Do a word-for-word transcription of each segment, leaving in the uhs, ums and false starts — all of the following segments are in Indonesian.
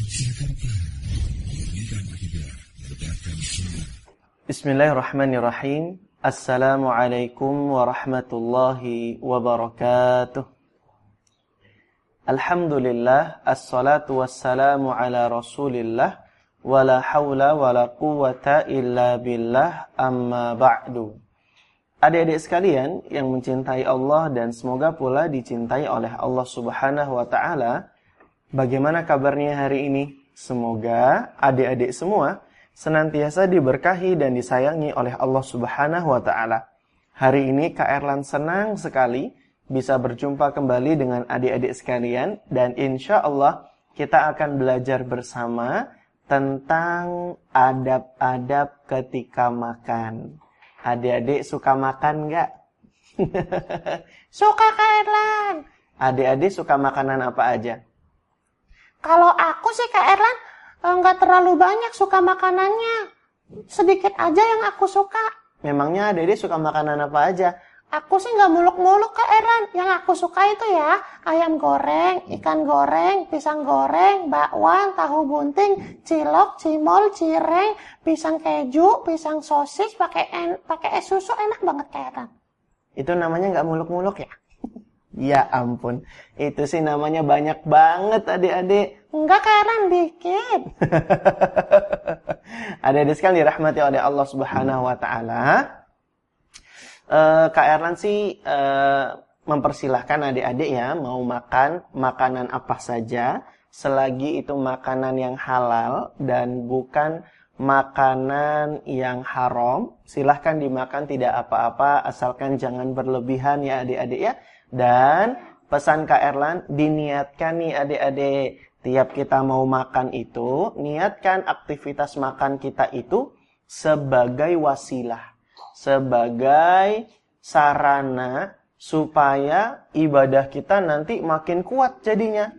Bismillahirrahmanirrahim. Assalamualaikum warahmatullahi wabarakatuh. Alhamdulillah, assalatu wassalamu ala rasulillah, wala hawla wala quwata illa billah, amma ba'du. Adik-adik sekalian yang mencintai Allah dan semoga pula dicintai oleh Allah subhanahu wa ta'ala, bagaimana kabarnya hari ini? Semoga adik-adik semua senantiasa diberkahi dan disayangi oleh Allah subhanahu wa ta'ala. Hari ini Kak Erlan senang sekali bisa berjumpa kembali dengan adik-adik sekalian. Dan insya Allah kita akan belajar bersama tentang adab-adab ketika makan. Adik-adik suka makan nggak? Suka, Kak Erlan. Adik-adik suka makanan apa aja? Kalau aku sih, Kak Erlan, nggak terlalu banyak suka makanannya. Sedikit aja yang aku suka. Memangnya adik-adik suka makanan apa aja? Aku sih nggak muluk-muluk, Kak Erlan. Yang aku suka itu ya ayam goreng, ikan goreng, pisang goreng, bakwan, tahu bunting, cilok, cimol, cireng, pisang keju, pisang sosis, pakai en pakai es susu, enak banget, Kak Erlan. Itu namanya nggak muluk-muluk ya? Ya ampun, itu sih namanya banyak banget adik-adik. Enggak, Kak Erlan, dikit. Adik-adik sekalian dirahmati oleh Allah subhanahu wa ta'ala. Uh, Kak Erlan sih uh, mempersilahkan adik-adik ya, mau makan makanan apa saja, selagi itu makanan yang halal dan bukan makanan yang haram. Silahkan dimakan, tidak apa-apa, asalkan jangan berlebihan ya adik-adik ya. Dan pesan Kak Erlan, diniatkan nih adik-adik, tiap kita mau makan itu, niatkan aktivitas makan kita itu sebagai wasilah, sebagai sarana supaya ibadah kita nanti makin kuat jadinya.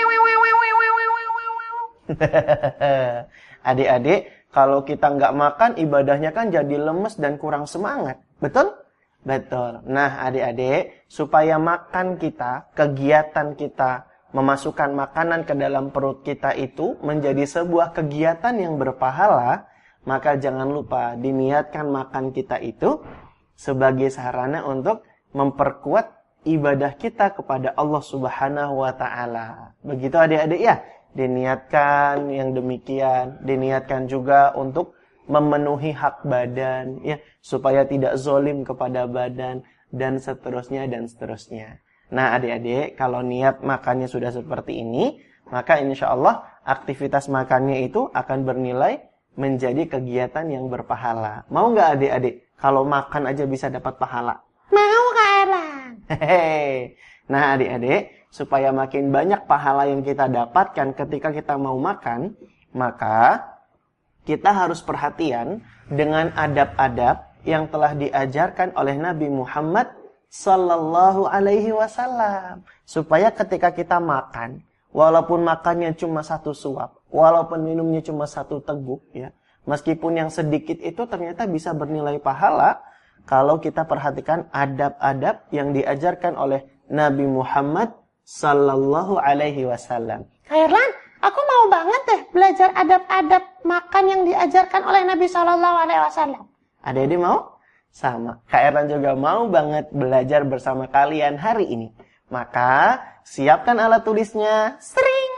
Adik-adik, kalau kita nggak makan, ibadahnya kan jadi lemes dan kurang semangat. Betul? Betul. Nah, adik-adik, supaya makan kita, kegiatan kita, memasukkan makanan ke dalam perut kita itu menjadi sebuah kegiatan yang berpahala, maka jangan lupa diniatkan makan kita itu sebagai sarana untuk memperkuat ibadah kita kepada Allah subhanahu wa ta'ala. Begitu adik-adik ya? Diniatkan yang demikian, diniatkan juga untuk memenuhi hak badan, ya, supaya tidak zolim kepada badan, dan seterusnya, dan seterusnya. Nah adik-adik, kalau niat makannya sudah seperti ini, maka insya Allah aktivitas makannya itu akan bernilai menjadi kegiatan yang berpahala. Mau nggak adik-adik? Kalau makan aja bisa dapat pahala. Mau, Kak Erlan. Hehehe. Nah adik-adik, supaya makin banyak pahala yang kita dapatkan ketika kita mau makan, maka kita harus perhatian dengan adab-adab yang telah diajarkan oleh Nabi Muhammad sallallahu alaihi wasallam. Supaya ketika kita makan, walaupun makannya cuma satu suap, walaupun minumnya cuma satu teguk, ya, meskipun yang sedikit itu ternyata bisa bernilai pahala kalau kita perhatikan adab-adab yang diajarkan oleh Nabi Muhammad sallallahu alaihi wasallam. Kak Erlan, aku mau banget deh belajar adab-adab makan yang diajarkan oleh Nabi Shallallahu Alaihi Wasallam. Adik-adik mau? Sama. Kak Erlan juga mau banget belajar bersama kalian hari ini. Maka siapkan alat tulisnya, sering.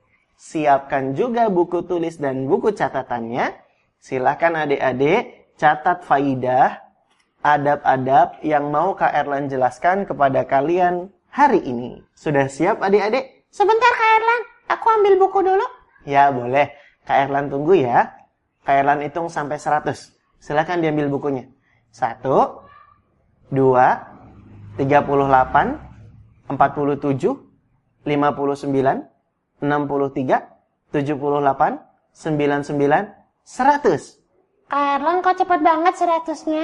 Siapkan juga buku tulis dan buku catatannya. Silakan adik-adik catat faidah, adab-adab yang mau Kak Erlan jelaskan kepada kalian hari ini. Sudah siap adik-adik? Sebentar, Kak Erlan. Aku ambil buku dulu. Ya, boleh. Kak Erlan tunggu ya. Kak Erlan hitung sampai seratus. Silakan diambil bukunya. Satu, dua, tiga puluh delapan, empat puluh tujuh, lima puluh sembilan, enam puluh tiga, tujuh puluh delapan, sembilan puluh sembilan, seratus. Kak Erlan kok cepet banget seratusnya?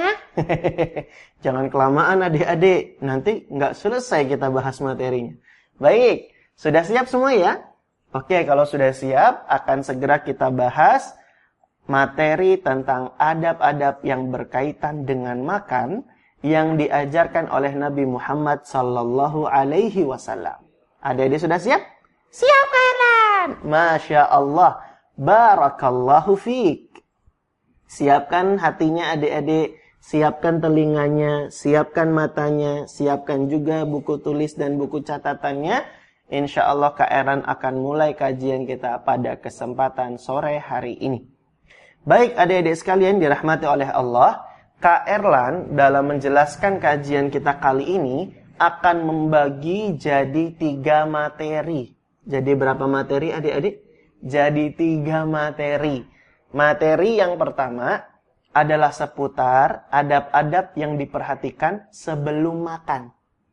Jangan kelamaan adik-adik. Nanti nggak selesai kita bahas materinya. Baik, sudah siap semua ya? Oke, kalau sudah siap, akan segera kita bahas materi tentang adab-adab yang berkaitan dengan makan yang diajarkan oleh Nabi Muhammad sallallahu alaihi wasallam. Adik-adik sudah siap? Siap, Kak Erlan. Eran. Masya Allah. Barakallahu fiik. Siapkan hatinya adik-adik. Siapkan telinganya. Siapkan matanya. Siapkan juga buku tulis dan buku catatannya. Insya Allah Kak Eran akan mulai kajian kita pada kesempatan sore hari ini. Baik adik-adik sekalian dirahmati oleh Allah. Kak Erlan dalam menjelaskan kajian kita kali ini akan membagi jadi tiga materi. Jadi berapa materi adik-adik? Jadi tiga materi. Materi yang pertama adalah seputar adab-adab yang diperhatikan sebelum makan.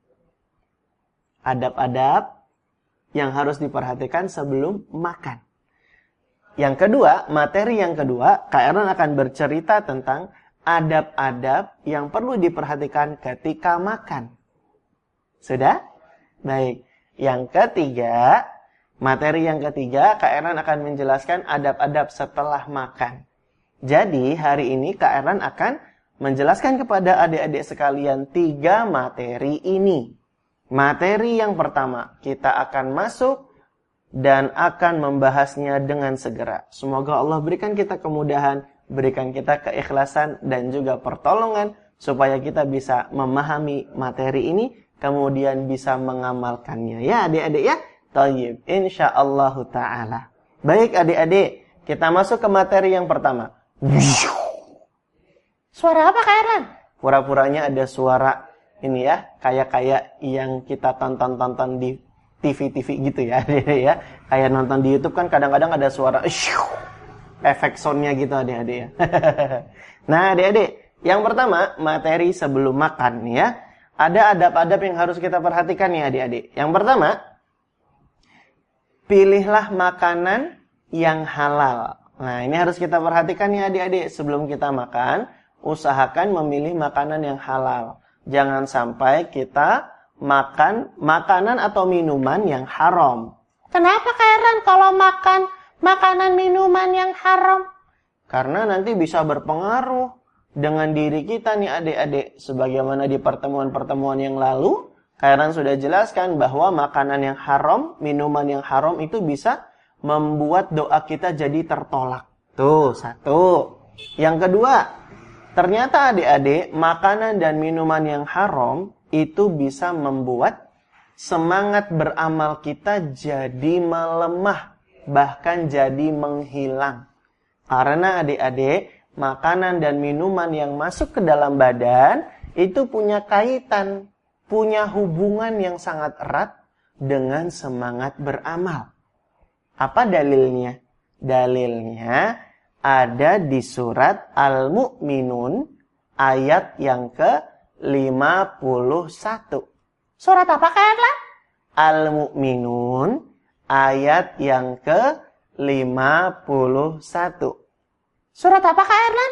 Adab-adab yang harus diperhatikan sebelum makan. Yang kedua, materi yang kedua, Kak Erlan akan bercerita tentang adab-adab yang perlu diperhatikan ketika makan. Sudah? Baik. Yang ketiga, materi yang ketiga, Kak Erlan akan menjelaskan adab-adab setelah makan. Jadi, hari ini Kak Erlan akan menjelaskan kepada adik-adik sekalian tiga materi ini. Materi yang pertama, kita akan masuk dan akan membahasnya dengan segera. Semoga Allah berikan kita kemudahan, berikan kita keikhlasan dan juga pertolongan supaya kita bisa memahami materi ini kemudian bisa mengamalkannya. Ya adik-adik ya. Thayyib. Insyaallah ta'ala. Baik adik-adik, kita masuk ke materi yang pertama. Suara apa Kak Erlan? Pura-puranya ada suara ini ya, kayak-kayak yang kita tonton-tonton di T V-T V gitu ya adik-adik ya. Kayak nonton di YouTube kan kadang-kadang ada suara efek soundnya gitu adik-adik ya. Nah adik-adik, yang pertama materi sebelum makan nih ya. Ada adab-adab yang harus kita perhatikan nih adik-adik. Yang pertama, pilihlah makanan yang halal. Nah ini harus kita perhatikan nih adik-adik. Sebelum kita makan, usahakan memilih makanan yang halal. Jangan sampai kita makan makanan atau minuman yang haram. Kenapa Kak Erlan kalau makan makanan minuman yang haram? Karena nanti bisa berpengaruh dengan diri kita nih adik-adik. Sebagaimana di pertemuan-pertemuan yang lalu, Kak Erlan sudah jelaskan bahwa makanan yang haram, minuman yang haram itu bisa membuat doa kita jadi tertolak. Tuh, satu. Yang kedua, ternyata adik-adik, makanan dan minuman yang haram itu bisa membuat semangat beramal kita jadi melemah, bahkan jadi menghilang. Karena adik-adik, makanan dan minuman yang masuk ke dalam badan itu punya kaitan, punya hubungan yang sangat erat dengan semangat beramal. Apa dalilnya? Dalilnya ada di surat Al-Mu'minun ayat yang ke lima puluh satu. Surat apa Kak Erlan? Al-Mu'minun ayat yang ke lima puluh satu. Surat apa Kak Erlan?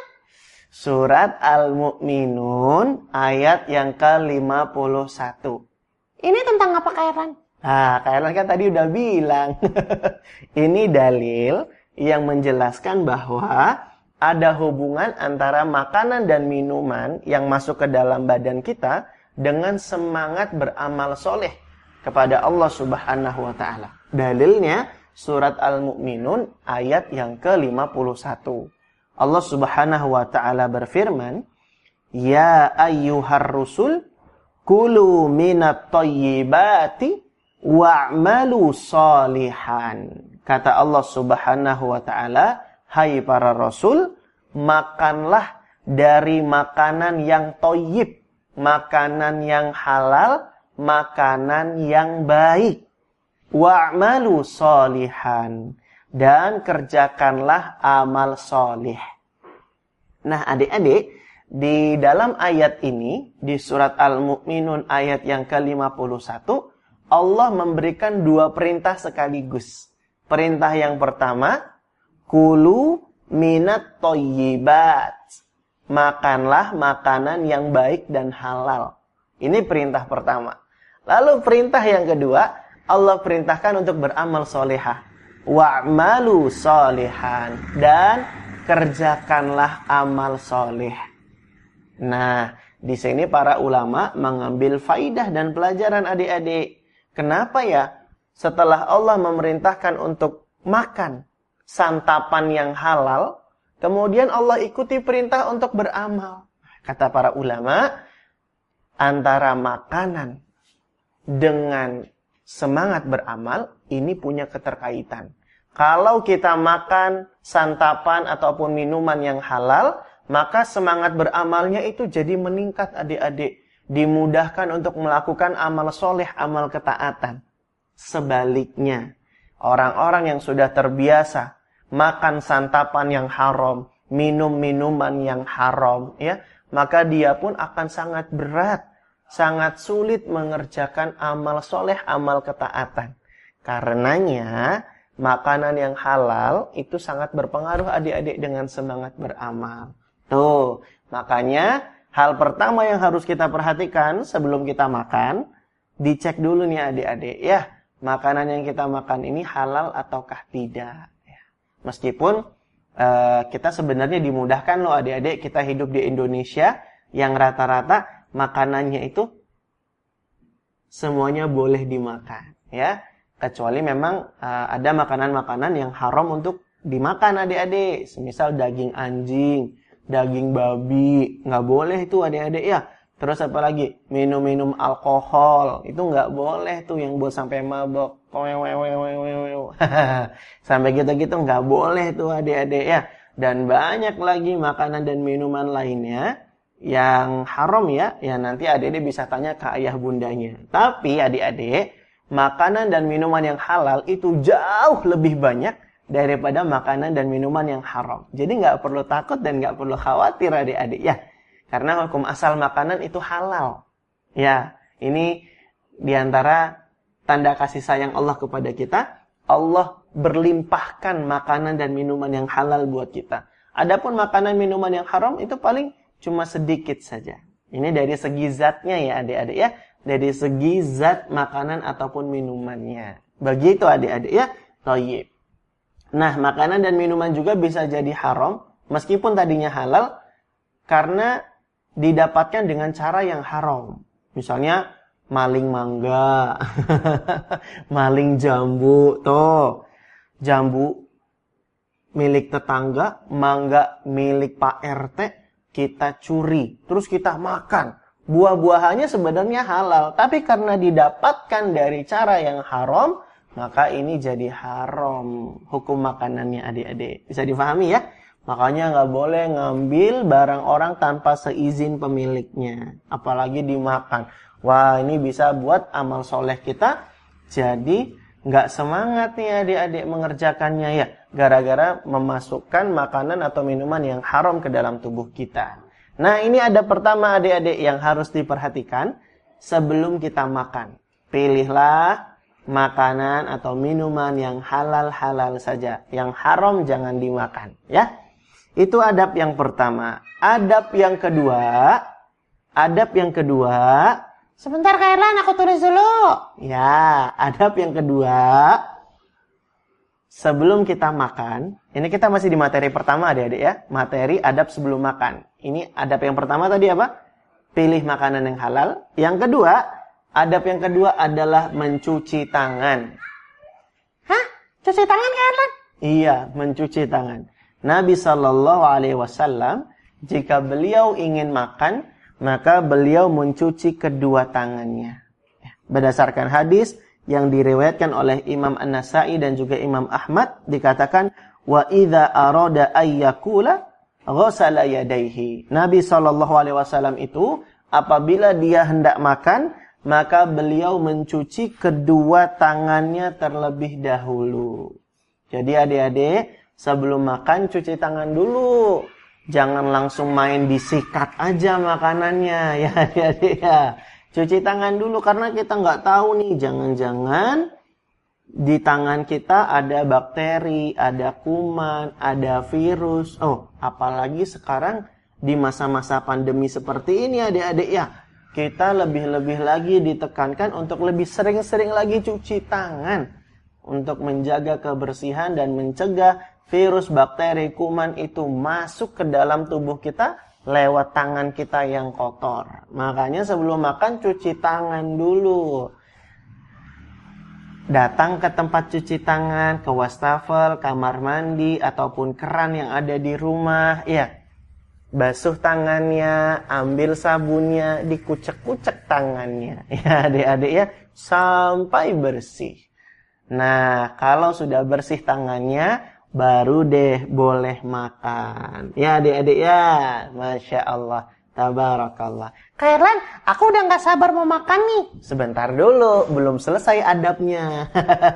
Surat Al-Mu'minun ayat yang ke lima puluh satu. Ini tentang apa Kak Erlan? Nah, Kak Erlan kan tadi udah bilang. Ini dalil yang menjelaskan bahwa ada hubungan antara makanan dan minuman yang masuk ke dalam badan kita dengan semangat beramal soleh kepada Allah Subhanahu wa Ta'ala. Dalilnya surat Al-Mu'minun ayat yang ke lima puluh satu. Allah Subhanahu wa Ta'ala berfirman, "Ya ayyuhar rusul, kulu minat thayyibati wa'malu sholihan." Kata Allah Subhanahu wa Ta'ala, hai para rasul, makanlah dari makanan yang thayyib, makanan yang halal, makanan yang baik. Wa'malu sholihan, dan kerjakanlah amal solih. Nah adik-adik, di dalam ayat ini, di surat Al-Mu'minun ayat yang ke lima puluh satu, Allah memberikan dua perintah sekaligus. Perintah yang pertama, kulu minat thayyibat. Makanlah makanan yang baik dan halal. Ini perintah pertama. Lalu perintah yang kedua, Allah perintahkan untuk beramal solehah. Wa'malu solihan, dan kerjakanlah amal soleh. Nah, di sini para ulama mengambil faidah dan pelajaran adik-adik. Kenapa ya? Setelah Allah memerintahkan untuk makan santapan yang halal, kemudian Allah ikuti perintah untuk beramal. Kata para ulama, antara makanan dengan semangat beramal, ini punya keterkaitan. Kalau kita makan santapan ataupun minuman yang halal, maka semangat beramalnya itu jadi meningkat adik-adik. Dimudahkan untuk melakukan amal soleh, amal ketaatan. Sebaliknya, orang-orang yang sudah terbiasa makan santapan yang haram, minum minuman yang haram, ya, maka dia pun akan sangat berat, sangat sulit mengerjakan amal soleh, amal ketaatan. Karenanya, makanan yang halal itu sangat berpengaruh adik-adik dengan semangat beramal. Tuh, makanya hal pertama yang harus kita perhatikan sebelum kita makan, dicek dulu nih adik-adik, ya, makanan yang kita makan ini halal ataukah tidak. Meskipun uh, kita sebenarnya dimudahkan loh adik-adik, kita hidup di Indonesia yang rata-rata makanannya itu semuanya boleh dimakan, ya. Kecuali memang uh, ada makanan-makanan yang haram untuk dimakan adik-adik. Semisal daging anjing, daging babi, nggak boleh itu adik-adik ya. Terus apa lagi? Minum-minum alkohol, itu nggak boleh tuh yang buat sampai mabok. Sampai gitu-gitu nggak boleh tuh adik-adik ya. Dan banyak lagi makanan dan minuman lainnya yang haram ya. Ya nanti adik-adik bisa tanya ke ayah bundanya. Tapi adik-adik, makanan dan minuman yang halal itu jauh lebih banyak daripada makanan dan minuman yang haram. Jadi nggak perlu takut dan nggak perlu khawatir adik-adik ya. Karena hukum asal makanan itu halal. Ya, ini diantara tanda kasih sayang Allah kepada kita. Allah berlimpahkan makanan dan minuman yang halal buat kita. Adapun makanan minuman yang haram itu paling cuma sedikit saja. Ini dari segi zatnya ya adik-adik ya. Dari segi zat makanan ataupun minumannya. Begitu adik-adik ya. Thayyib. Nah, makanan dan minuman juga bisa jadi haram meskipun tadinya halal karena didapatkan dengan cara yang haram. Misalnya maling mangga, maling jambu, tuh. Jambu milik tetangga, mangga milik Pak R T, kita curi, terus kita makan. Buah-buahannya sebenarnya halal, tapi karena didapatkan dari cara yang haram, maka ini jadi haram hukum makanannya adik-adik. Bisa difahami ya? Makanya nggak boleh ngambil barang orang tanpa seizin pemiliknya. Apalagi dimakan. Wah, ini bisa buat amal soleh kita jadi nggak semangat nih adik-adik mengerjakannya ya. Gara-gara memasukkan makanan atau minuman yang haram ke dalam tubuh kita. Nah, ini ada pertama adik-adik yang harus diperhatikan sebelum kita makan. Pilihlah makanan atau minuman yang halal-halal saja. Yang haram jangan dimakan ya. Itu adab yang pertama. Adab yang kedua, adab yang kedua, sebentar Kak Erlan, aku tulis dulu. Ya, adab yang kedua, sebelum kita makan, ini kita masih di materi pertama adik-adik ya, materi adab sebelum makan. Ini adab yang pertama tadi apa? Pilih makanan yang halal. Yang kedua, adab yang kedua adalah mencuci tangan. Hah? Cuci tangan Kak Erlan? Iya, mencuci tangan. Nabi Shallallahu Alaihi Wasallam jika beliau ingin makan maka beliau mencuci kedua tangannya. Berdasarkan hadis yang diriwayatkan oleh Imam An-Nasai dan juga Imam Ahmad dikatakan wa idza arada ayyakula ghasala yadayhi. Nabi Shallallahu Alaihi Wasallam itu apabila dia hendak makan maka beliau mencuci kedua tangannya terlebih dahulu. Jadi adik-adik sebelum makan cuci tangan dulu. Jangan langsung main disikat aja makanannya. Ya, ya, ya. Cuci tangan dulu karena kita nggak tahu nih. Jangan-jangan di tangan kita ada bakteri, ada kuman, ada virus. Oh, apalagi sekarang di masa-masa pandemi seperti ini adik-adik ya. Kita lebih-lebih lagi ditekankan untuk lebih sering-sering lagi cuci tangan. Untuk menjaga kebersihan dan mencegah virus, bakteri, kuman itu masuk ke dalam tubuh kita lewat tangan kita yang kotor. Makanya sebelum makan cuci tangan dulu. datang ke tempat cuci tangan, ke wastafel, kamar mandi, ataupun keran yang ada di rumah, ya, basuh tangannya, ambil sabunnya, dikucek-kucek tangannya, ya adik-adik ya, sampai bersih. Nah, kalau sudah bersih tangannya, baru deh boleh makan. Ya adik-adik ya, Masya Allah. Tabarakallah. Kak Erlan, aku udah gak sabar mau makan nih. Sebentar dulu, belum selesai adabnya.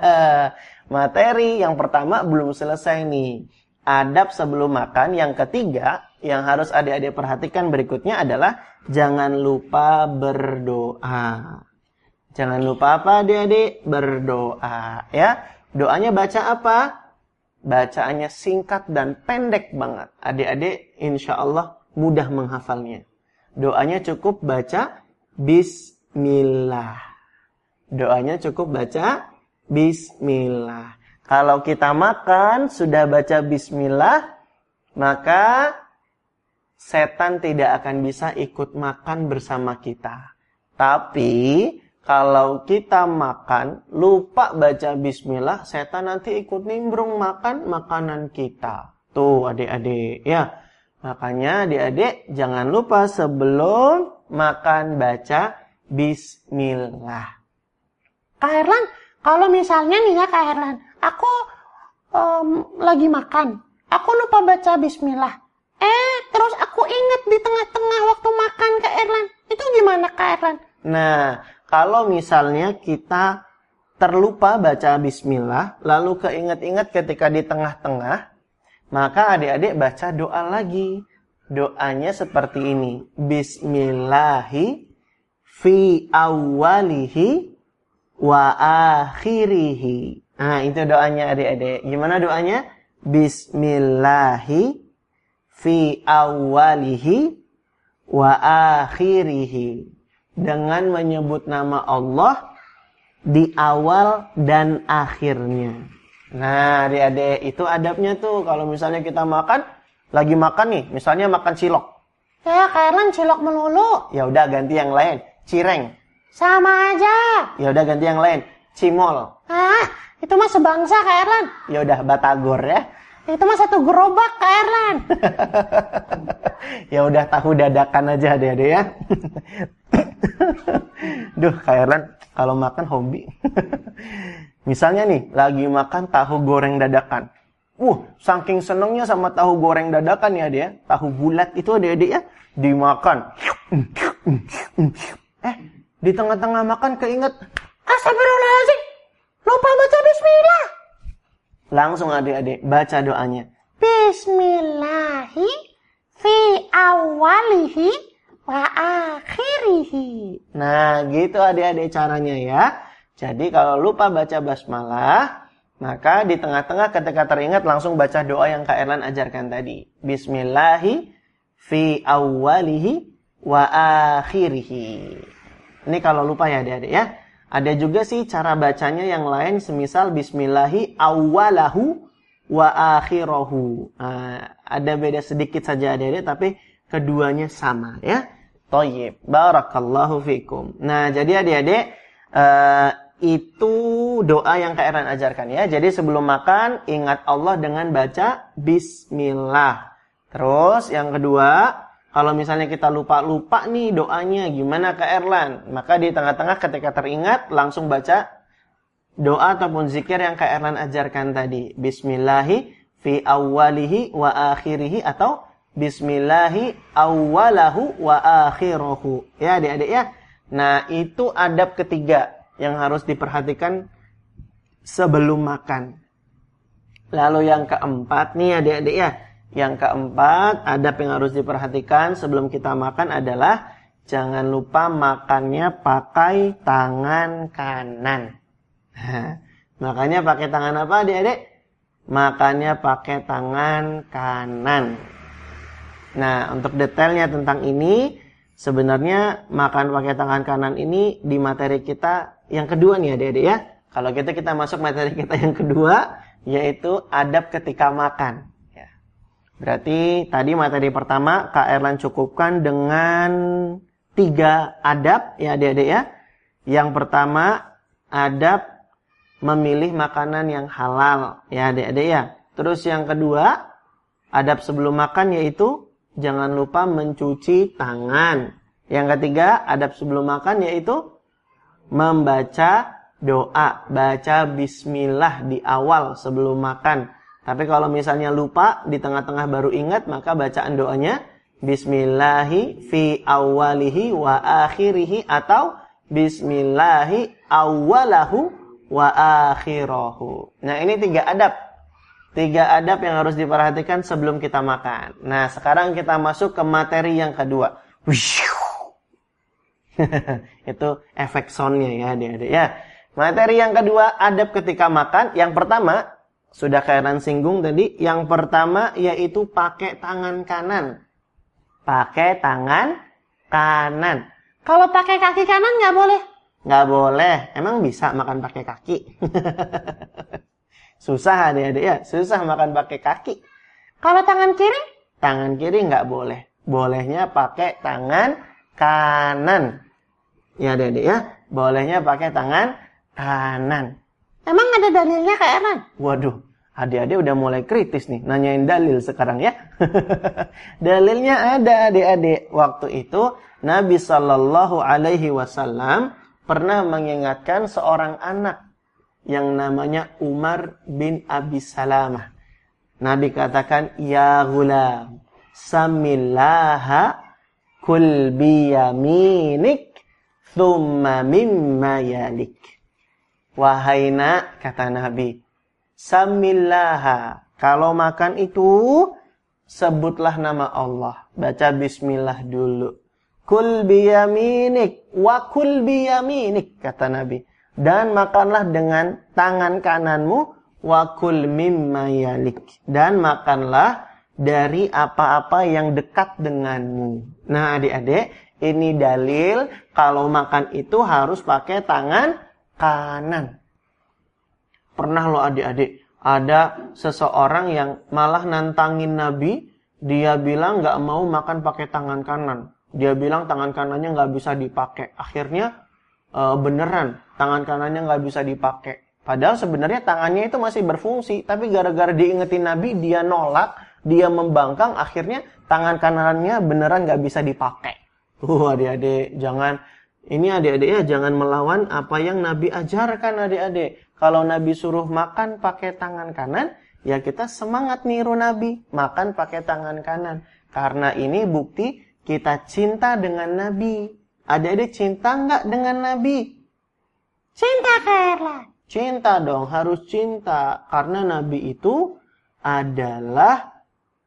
Materi yang pertama belum selesai nih. Adab sebelum makan. Yang ketiga, yang harus adik-adik perhatikan berikutnya adalah jangan lupa berdoa. Jangan lupa apa adik-adik? Berdoa. Ya, doanya baca apa? Bacaannya singkat dan pendek banget. Adik-adik insya Allah mudah menghafalnya. Doanya cukup baca Bismillah. Doanya cukup baca Bismillah. Kalau kita makan sudah baca Bismillah, maka setan tidak akan bisa ikut makan bersama kita. Tapi kalau kita makan lupa baca Bismillah, setan nanti ikut nimbrung makan makanan kita. Tuh adik-adik ya. Makanya adik-adik jangan lupa sebelum makan baca Bismillah. Kak Erlan, kalau misalnya nih ya Kak Erlan, aku um, lagi makan, aku lupa baca Bismillah. Eh, terus aku ingat di tengah-tengah waktu makan Kak Erlan. Itu gimana Kak Erlan? Nah, kalau misalnya kita terlupa baca Bismillah, lalu keinget-inget ketika di tengah-tengah, maka adik-adik baca doa lagi. Doanya seperti ini. Bismillahi fi awwalihi wa akhirihi. Nah, itu doanya adik-adik. Gimana doanya? Bismillahi fi awwalihi wa akhirihi. Dengan menyebut nama Allah di awal dan akhirnya. Nah, adik-adik, itu adabnya tuh. Kalau misalnya kita makan, lagi makan nih, misalnya makan cilok. Ya, Kak Erlan cilok melulu. Ya udah ganti yang lain, cireng. Sama aja. Ya udah ganti yang lain, cimol. Ah, itu mah sebangsa Kak Erlan. Ya udah batagor ya. Itu mah satu gerobak Kak Erlan. Ya udah tahu dadakan aja adik-adik ya. Duh, Kak Erlan kalau makan hobi. Misalnya nih, lagi makan tahu goreng dadakan. Uh, saking senengnya sama tahu goreng dadakan ya dia. Tahu bulat itu adik-adik ya, dimakan. Eh, di tengah-tengah makan keinget, Astagfirullahaladzim, lupa baca Bismillah. Langsung adik-adik baca doanya. Bismillahi fi awalihi wa akhirihi. Nah, gitu adik-adik caranya ya. Jadi kalau lupa baca basmalah, maka di tengah-tengah ketika teringat langsung baca doa yang Kak Erlan ajarkan tadi. Bismillahi fi awwalihi wa akhirihi. Ini kalau lupa ya adik-adik ya. Ada juga sih cara bacanya yang lain, semisal Bismillahi awwalahu wa akhirahu. Nah, ada beda sedikit saja adik-adik, tapi keduanya sama ya. Thayyib. Barakallahu fikum. Nah, jadi adik-adik, uh, itu doa yang Kak Erlan ajarkan ya. Jadi sebelum makan ingat Allah dengan baca Bismillah. Terus yang kedua, kalau misalnya kita lupa-lupa nih doanya gimana Kak Erlan, maka di tengah-tengah ketika teringat langsung baca doa ataupun zikir yang Kak Erlan ajarkan tadi. Bismillahi fi awwalihi wa akhirihi atau Bismillahi awwalahu wa akhirahu. Ya adik-adik ya. Nah, itu adab ketiga yang harus diperhatikan sebelum makan. Lalu yang keempat nih adik-adik ya. Yang keempat, adab yang harus diperhatikan sebelum kita makan adalah jangan lupa makannya pakai tangan kanan. Makannya pakai tangan apa adik-adik? Makannya pakai tangan kanan. Nah, untuk detailnya tentang ini, sebenarnya makan pakai tangan kanan ini di materi kita yang kedua nih adik-adik ya. Kalau kita kita masuk materi kita yang kedua, yaitu adab ketika makan. Ya. Berarti tadi materi pertama Kak Erlan cukupkan dengan tiga adab ya adik-adik ya. Yang pertama adab memilih makanan yang halal. Ya adik-adik ya. Terus yang kedua, adab sebelum makan yaitu jangan lupa mencuci tangan. Yang ketiga, adab sebelum makan yaitu membaca doa. Baca bismillah di awal sebelum makan. Tapi kalau misalnya lupa, di tengah-tengah baru ingat, maka bacaan doanya bismillahi fi awalihi wa akhirihi atau bismillahi awalahu wa akhirahu. Nah, ini tiga adab. Tiga adab yang harus diperhatikan sebelum kita makan. Nah, sekarang kita masuk ke materi yang kedua. Itu efek soundnya ya adik-adik ya. Materi yang kedua, adab ketika makan. Yang pertama, sudah Khairan singgung tadi. Yang pertama yaitu pakai tangan kanan. Pakai tangan kanan. Kalau pakai kaki kanan nggak boleh? Nggak boleh. Emang bisa makan pakai kaki? Susah adik-adik ya. Susah makan pakai kaki. Kalau tangan kiri? Tangan kiri nggak boleh. Bolehnya pakai tangan kanan. Ya adik-adik ya. Bolehnya pakai tangan kanan. Emang ada dalilnya Kak Eran? Waduh. Adik-adik udah mulai kritis nih, nanyain dalil sekarang ya. Dalilnya ada adik-adik. Waktu itu Nabi Shallallahu Alaihi Wasallam pernah mengingatkan seorang anak yang namanya Umar bin Abi Salamah. Nabi katakan, ya gulam, samillaha kul biyaminik thumma mimma yalik. Wahai nak, kata Nabi, samillaha, kalau makan itu sebutlah nama Allah, baca bismillah dulu. Kul biyaminik wa kul biyaminik, kata Nabi, dan makanlah dengan tangan kananmu, wa kul mimma yalik, dan makanlah dari apa-apa yang dekat denganmu. Nah adik-adik, ini dalil kalau makan itu harus pakai tangan kanan. Pernah loh adik-adik, ada seseorang yang malah nantangin Nabi. Dia bilang gak mau makan pakai tangan kanan. Dia bilang tangan kanannya gak bisa dipakai. Akhirnya e, beneran tangan kanannya gak bisa dipakai. Padahal sebenarnya tangannya itu masih berfungsi. Tapi gara-gara diingetin Nabi, dia nolak, dia membangkang. Akhirnya tangan kanannya beneran gak bisa dipakai. Uh adik-adik, jangan. Ini adik-adik ya, jangan melawan apa yang Nabi ajarkan adik-adik. Kalau Nabi suruh makan pakai tangan kanan, ya kita semangat niru Nabi. Makan pakai tangan kanan. Karena ini bukti kita cinta dengan Nabi. Adik-adik cinta nggak dengan Nabi? Cinta Kak. Cinta dong, harus cinta. Karena Nabi itu adalah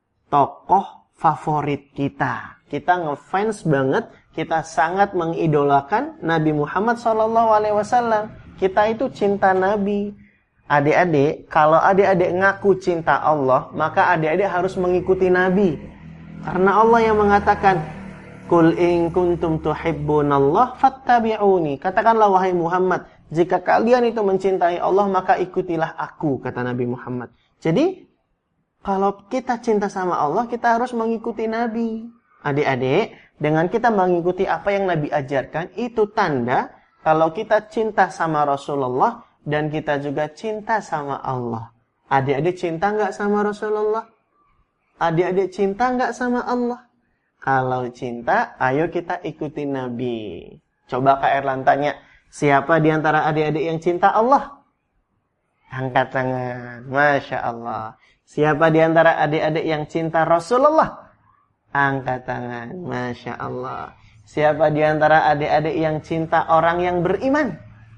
tokoh favorit kita. Kita ngefans banget. Kita sangat mengidolakan Nabi Muhammad shallallahu alaihi wasallam. Kita itu cinta Nabi. Adik-adik, kalau adik-adik ngaku cinta Allah, maka adik-adik harus mengikuti Nabi. Karena Allah yang mengatakan, Qul in kuntum tuhibbunallah fattabi'uni. Katakanlah wahai Muhammad, jika kalian itu mencintai Allah, maka ikutilah aku, kata Nabi Muhammad. Jadi, kalau kita cinta sama Allah, kita harus mengikuti Nabi. Adik-adik, dengan kita mengikuti apa yang Nabi ajarkan, itu tanda kalau kita cinta sama Rasulullah dan kita juga cinta sama Allah. Adik-adik cinta nggak sama Rasulullah? Adik-adik cinta nggak sama Allah? Kalau cinta, ayo kita ikuti Nabi. Coba Kak Erlan tanya, siapa di antara adik-adik yang cinta Allah? Angkat tangan. Masya Allah. Siapa di antara adik-adik yang cinta Rasulullah? Angkat tangan. Masya Allah. Siapa di antara adik-adik yang cinta orang yang beriman?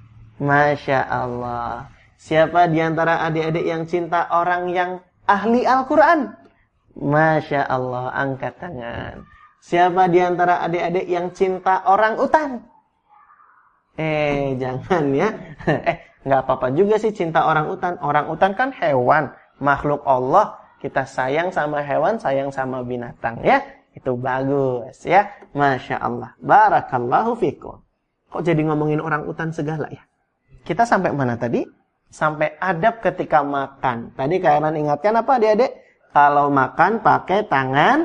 Masya Allah. Siapa di antara adik-adik yang cinta orang yang ahli Al-Quran? Masya Allah. Angkat tangan. Siapa di antara adik-adik yang cinta orang utan? Eh, jangan ya. Eh, nggak apa-apa juga sih cinta orang utan. Orang utan kan hewan, makhluk Allah. Kita sayang sama hewan, sayang sama binatang ya. Itu bagus ya. Masya Allah. Barakallahu fikum. Kok jadi ngomongin orang utan segala ya? Kita sampai mana tadi? Sampai adab ketika makan. Tadi kalian ingatkan apa adik-adik? Kalau makan pakai tangan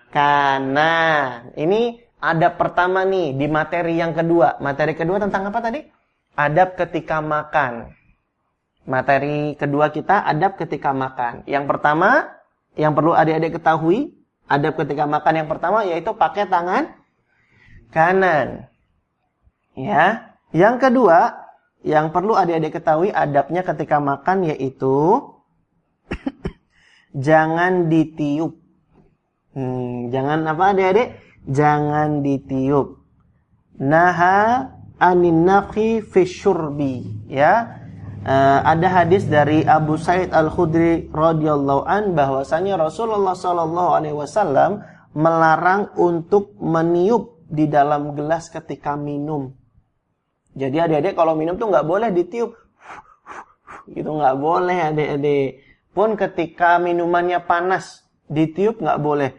kanan. Ini adab pertama nih di materi yang kedua. Materi kedua tentang apa tadi? Adab ketika makan. Materi kedua kita, adab ketika makan. Yang pertama, yang perlu adik-adik ketahui, adab ketika makan yang pertama yaitu pakai tangan kanan. Ya. Yang kedua, yang perlu adik-adik ketahui adabnya ketika makan yaitu jangan ditiup. Hmm, jangan apa adik-adik? Jangan ditiup. Naha anin naqi fi syurbi. Ya. Uh, ada hadis dari Abu Sa'id Al-Khudri radhiyallahu an bahwasanya Rasulullah sallallahu alaihi wasallam melarang untuk meniup di dalam gelas ketika minum. Jadi adik-adik kalau minum tuh nggak boleh ditiup. Itu nggak boleh adik-adik. Pun ketika minumannya panas, ditiup nggak boleh.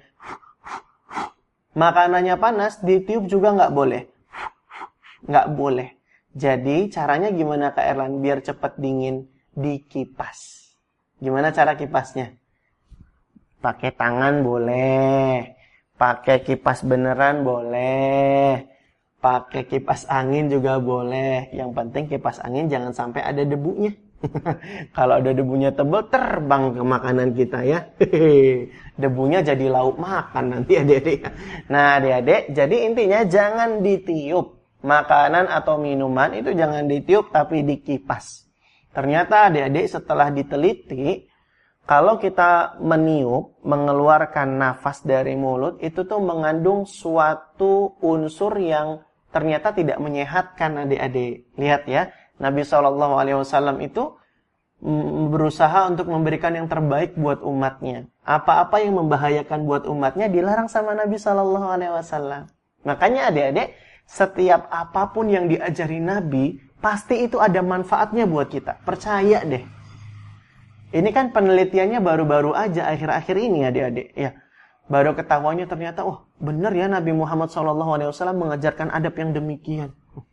Makanannya panas, ditiup juga nggak boleh. Nggak boleh. Jadi caranya gimana Kak Erlan biar cepat dingin? Dikipas. Gimana cara kipasnya? Pakai tangan boleh. Pakai kipas beneran boleh. Pakai kipas angin juga boleh. Yang penting kipas angin jangan sampai ada debunya. Kalau ada debunya tebal terbang ke makanan kita ya. Debunya jadi lauk makan nanti adik-adik. Nah adik-adik, jadi intinya jangan ditiup. Makanan atau minuman itu jangan ditiup tapi dikipas. Ternyata adik-adik setelah diteliti, kalau kita meniup, mengeluarkan nafas dari mulut, itu tuh mengandung suatu unsur yang ternyata tidak menyehatkan adik-adik. Lihat ya, Nabi shallallahu alaihi wasallam itu berusaha untuk memberikan yang terbaik buat umatnya. Apa-apa yang membahayakan buat umatnya dilarang sama Nabi shallallahu alaihi wasallam. Makanya adik-adik, setiap apapun yang diajari Nabi, pasti itu ada manfaatnya buat kita. Percaya deh. Ini kan penelitiannya baru-baru aja akhir-akhir ini adik-adik. Ya, baru ketahuannya ternyata, oh benar ya Nabi Muhammad shallallahu alaihi wasallam mengajarkan adab yang demikian.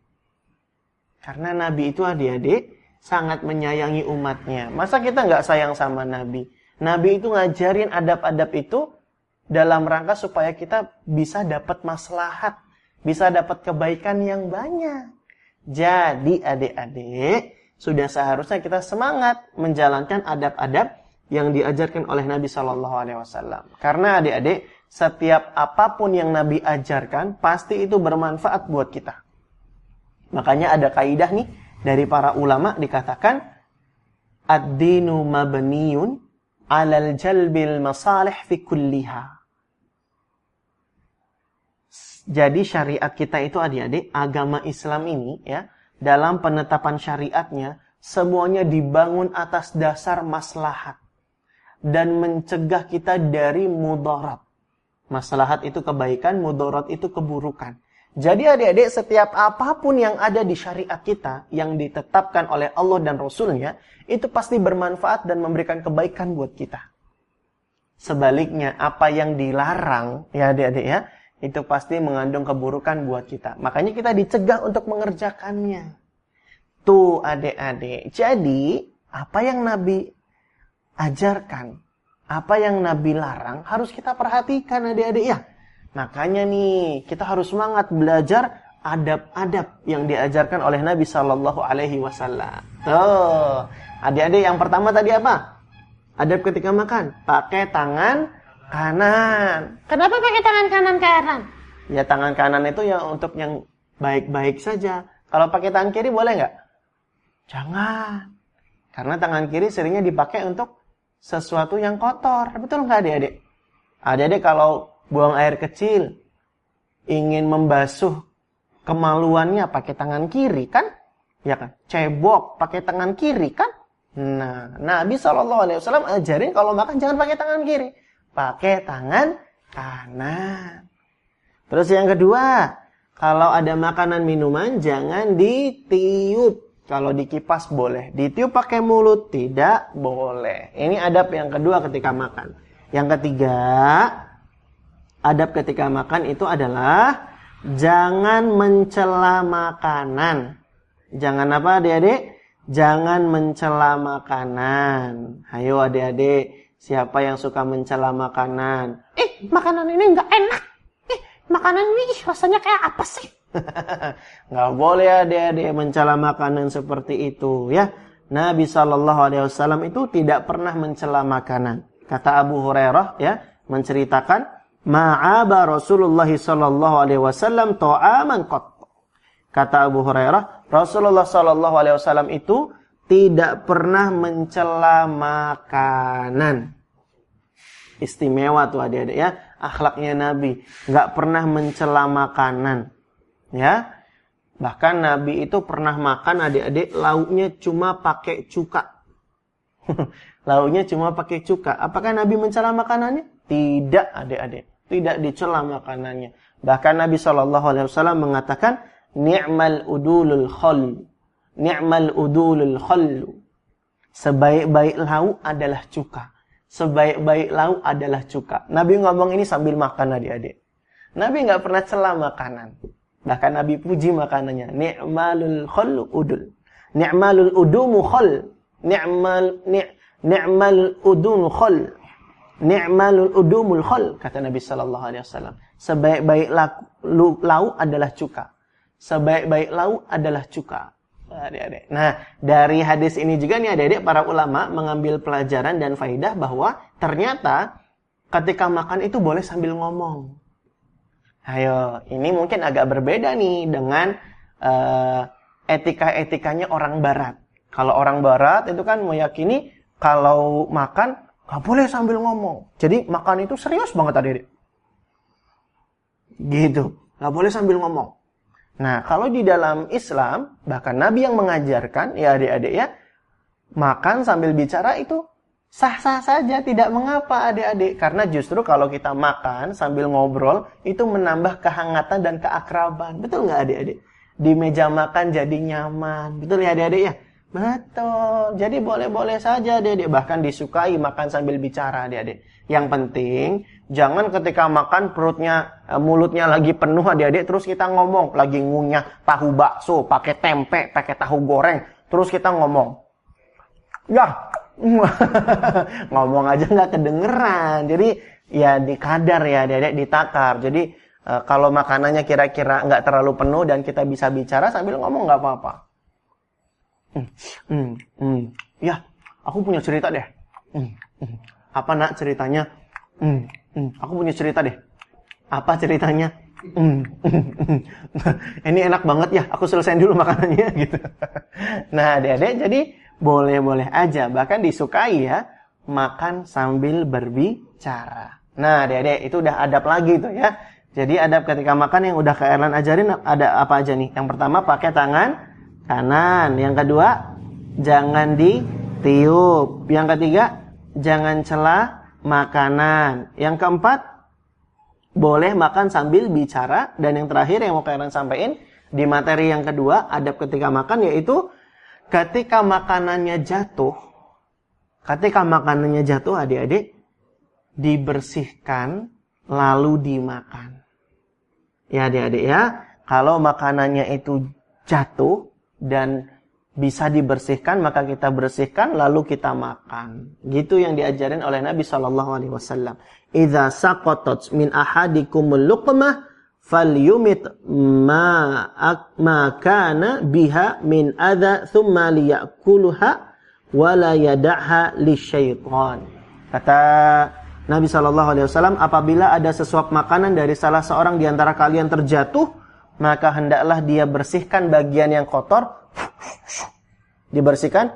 Karena Nabi itu adik-adik sangat menyayangi umatnya. Masa kita nggak sayang sama Nabi? Nabi itu ngajarin adab-adab itu dalam rangka supaya kita bisa dapat maslahat. Bisa dapat kebaikan yang banyak. Jadi adik-adik, sudah seharusnya kita semangat menjalankan adab-adab yang diajarkan oleh Nabi shallallahu alaihi wasallam. Karena adik-adik, setiap apapun yang Nabi ajarkan, pasti itu bermanfaat buat kita. Makanya ada kaidah nih, dari para ulama dikatakan, ad-dinu mabniyun alal jalbil masalih fi kulliha. Jadi syariat kita itu adik-adik, agama Islam ini ya, dalam penetapan syariatnya, semuanya dibangun atas dasar maslahat. Dan mencegah kita dari mudarat. Maslahat itu kebaikan, mudarat itu keburukan. Jadi adik-adik, setiap apapun yang ada di syariat kita, yang ditetapkan oleh Allah dan Rasulnya, itu pasti bermanfaat dan memberikan kebaikan buat kita. Sebaliknya, apa yang dilarang, ya adik-adik ya, itu pasti mengandung keburukan buat kita. Makanya kita dicegah untuk mengerjakannya. Tuh adik-adik. Jadi, apa yang Nabi ajarkan, apa yang Nabi larang, harus kita perhatikan adik-adik ya. Makanya nih, kita harus semangat belajar adab-adab yang diajarkan oleh Nabi Sallallahu Alaihi Wasallam. Tuh, adik-adik yang pertama tadi apa? Adab ketika makan, pakai tangan kanan. Kenapa pakai tangan kanan Kak Erlan? Ya tangan kanan itu yang untuk yang baik-baik saja. Kalau pakai tangan kiri boleh nggak? Jangan. Karena tangan kiri seringnya dipakai untuk sesuatu yang kotor. Betul nggak adik-adik? Adik-adik kalau buang air kecil, ingin membasuh kemaluannya pakai tangan kiri kan? Ya kan? Cebok pakai tangan kiri kan? Nah, Nabi shallallahu alaihi wasallam ajarin kalau makan jangan pakai tangan kiri. Pakai tangan kanan. Terus yang kedua, kalau ada makanan minuman jangan ditiup. Kalau dikipas boleh. Ditiup pakai mulut tidak boleh. Ini adab yang kedua ketika makan. Yang ketiga, adab ketika makan itu adalah jangan mencela makanan. Jangan apa adik-adik? Jangan mencela makanan. Ayo adik-adik. Siapa yang suka mencela makanan? Eh, makanan ini nggak enak. Eh, makanan ini rasanya kayak apa sih? Nggak boleh adik-adik mencela makanan seperti itu ya. Nabi Shallallahu Alaihi Wasallam itu tidak pernah mencela makanan. Kata Abu Hurairah ya menceritakan, ma'aba Rasulullah Shallallahu Alaihi Wasallam ta'aman qat. Kata Abu Hurairah, Rasulullah Shallallahu Alaihi Wasallam itu tidak pernah mencela makanan. Istimewa tuh adik-adik ya, akhlaknya Nabi, nggak pernah mencela makanan, ya. Bahkan Nabi itu pernah makan adik-adik lauknya cuma pakai cuka. Lauknya cuma pakai cuka. Apakah Nabi mencela makanannya? Tidak adik-adik, tidak dicela makanannya. Bahkan Nabi Shallallahu Alaihi Wasallam mengatakan, ni'mal udulul khol, ni'mal udulul khol. Sebaik-baik lauk adalah cuka. Sebaik-baik lauk adalah cuka. Nabi ngomong ini sambil makan adik-adik. Nabi nggak pernah cela makanan. Bahkan Nabi puji makanannya. Ni'malul khol udul. Ni'malul udumu khol. Ni'mal ni' ni'mal udumu khol. Ni'malul udumul khol. Kata Nabi Sallallahu Alaihi Wasallam. Sebaik-baik lauk adalah cuka. Sebaik-baik lauk adalah cuka. Adik-adik. Nah, dari hadis ini juga nih adik-adik para ulama mengambil pelajaran dan faidah bahwa ternyata ketika makan itu boleh sambil ngomong. Ayo, ini mungkin agak berbeda nih dengan uh, etika-etikanya orang barat. Kalau orang barat itu kan meyakini kalau makan gak boleh sambil ngomong. Jadi makan itu serius banget adik-adik. Gitu, gak boleh sambil ngomong. Nah, kalau di dalam Islam, bahkan Nabi yang mengajarkan, ya adik-adik ya, makan sambil bicara itu sah-sah saja, tidak mengapa adik-adik. Karena justru kalau kita makan sambil ngobrol, itu menambah kehangatan dan keakraban. Betul nggak adik-adik? Di meja makan jadi nyaman. Betul ya adik-adik ya? Betul. Jadi boleh-boleh saja adik-adik. Bahkan disukai makan sambil bicara adik-adik. Yang penting, jangan ketika makan perutnya, mulutnya lagi penuh adik-adik, terus kita ngomong, lagi ngunyah tahu bakso, pakai tempe, pakai tahu goreng, terus kita ngomong. Ya, ngomong aja nggak kedengeran. Jadi ya dikadar ya adik-adik, ditakar. Jadi e, kalau makanannya kira-kira nggak terlalu penuh dan kita bisa bicara sambil ngomong nggak apa-apa. Hmm, hmm, hmm. Ya, aku punya cerita deh. Hmm, hmm. Apa nak ceritanya? Hmm, hmm, aku punya cerita deh. Apa ceritanya? Hmm, hmm, hmm. Ini enak banget ya. Aku selesaiin dulu makanannya gitu. Nah, adik-adik jadi boleh-boleh aja. Bahkan disukai ya makan sambil berbicara. Nah, adik-adik itu udah adab lagi tuh ya. Jadi adab ketika makan yang udah Kak Erlan ajarin ada apa aja nih? Yang pertama pakai tangan kanan. Yang kedua jangan ditiup. Yang ketiga jangan celah makanan. Yang keempat, boleh makan sambil bicara. Dan yang terakhir yang mau kalian sampaikan di materi yang kedua, adab ketika makan, yaitu ketika makanannya jatuh, ketika makanannya jatuh adik-adik, dibersihkan lalu dimakan. Ya adik-adik ya, kalau makanannya itu jatuh dan bisa dibersihkan, maka kita bersihkan lalu kita makan. Gitu yang diajarin oleh Nabi Shallallahu Alaihi Wasallam. Idza saqatat min ahadikumul luqmah falyumit ma ma kana biha min adza thumma liyakuluha wa la yad'ha lisyaitan. Kata Nabi Shallallahu Alaihi Wasallam, apabila ada sesuap makanan dari salah seorang di antara kalian terjatuh, maka hendaklah dia bersihkan bagian yang kotor. Dibersihkan.